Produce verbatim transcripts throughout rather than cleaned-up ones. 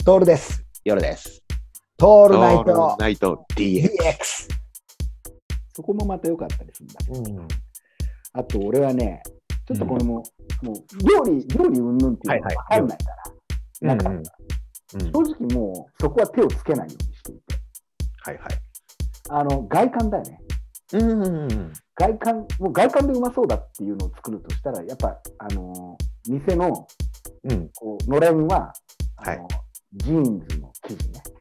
トールです。 夜です。 トールナイトナイト ディーエックス。 ディーエックス。そこもまた良かったりするんだけど、 うん、 あと俺はね、ちょっとこれも、うん、もう料理、料理云々っていうのが分かんないから、はいはい、なんか、うんうん、正直もうそこは手をつけないようにしていて、 はいはい、 あの外観だよね。 うんうんうん、 外観、もう外観でうまそうだっていうのを作るとしたら、やっぱあの店の、うん、こうのれんはあの、はい、ジーンズの生地ね。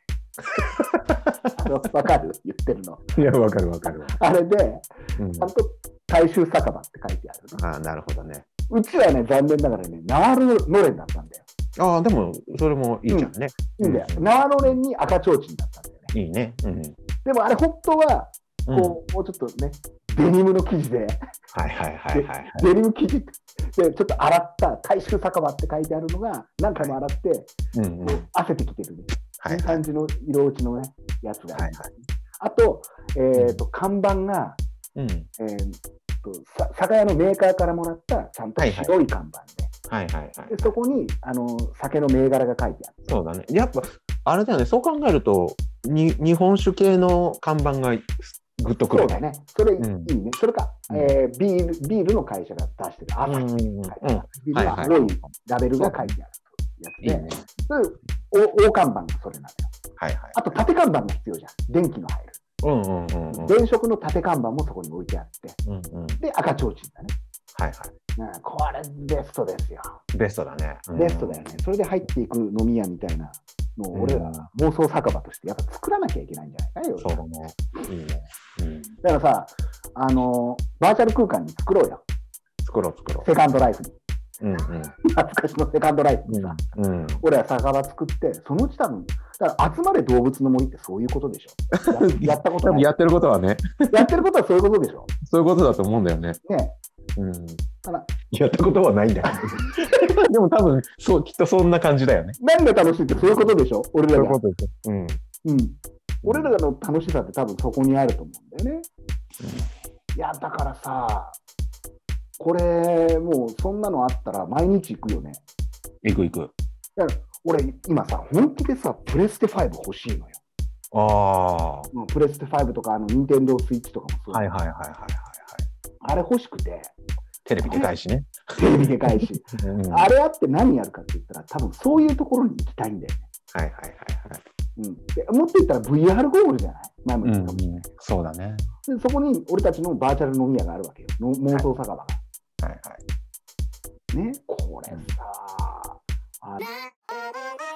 わかる言ってるの。 いや、わかるわかる。 あれで、うん、ちゃんと大衆酒場って書いてある、ね。 ああ、なるほどね。 うちはね、残念ながらね、縄のれんだったんだよ。 ああ、でも、それもいいじゃんね。 うん、いいんだよ。縄のれんに赤ちょうちんだったんだよね。 いいね。うん、でもあれ、本当は、こう、うん、もうちょっとね、デニムの生地で、 はいはいはいはい、はい。 デニム生地で、ちょっと洗った大衆酒場って書いてあるのが、何回も洗って、はい、うんうん、汗てきてるね。はい、いい感じの色落ちのね、やつが、はいはい、あと、えーと、看板が、うん、えーと、酒屋のメーカーからもらったちゃんと白い看板で、はいはいはいはい、でそこにあの酒の銘柄が書いてある。 そうだね。やっぱあれだよね。そう考えるとに日本酒系の看板がグッとくる、ね。 そうだね。それいいね。うん、それか、うん、えー、ビールビールの会社が出してる朝日って書いてある。ビールは青いラベルが書いてあるやつで、いいね、そういう大看板がそれなのよ。はいはい、あと縦看板が必要じゃん。電気の入る。うんうんうんうん、電飾の縦看板もそこに置いてあって、うんうん、で赤ちょうちんだね。はいはい、うん。これベストですよ。 ベストだね。 ベストだよね。それで入っていく飲み屋みたいなのを俺ら妄想酒場としてやっぱ作らなきゃいけないんじゃないかよ。 そうだね。いいね。 うん、だからさ、あのバーチャル空間に作ろうよ。 作ろう作ろう。 セカンドライフに。 うんうん、 懐かしのセカンドライフにさ、うんうん、俺は酒場作って、そのうち多分、だから集まれ動物の森ってそういうことでしょ。や, やったことない。 やってることはね。 やってることはそういうことでしょ。 そういうことだと思うんだよね。ね。うん。ただやったことはないんだよ。でも多分そう、きっとそんな感じだよね。 何が楽しいってそういうことでしょ。俺らが。 そういうことでしょ。うん。 うん。俺らの楽しさって多分そこにあると思うんだよね。うん、いや、だからさ、これもうそんなのあったら毎日行くよね。 行く行く。 だから俺今さ本気でさプレステファイブ欲しいのよ。ああ。プレステファイブとかあのニンテンドースイッチとかもそう。 はいはいはいはいはいはい。 あれ欲しくて。 テレビでかいしね。 テレビでかいし。うん、あれあって何やるかって言ったら多分そういうところに行きたいんだよね。 はいはいはいはい。 うん、でもっと言ったら ブイアール ゴーグルじゃない、前も言ったかもしれない、うん、 そうだね。 でそこに俺たちのバーチャル飲み屋があるわけよ。妄想酒場が。はいはいはい。ね、これさあ。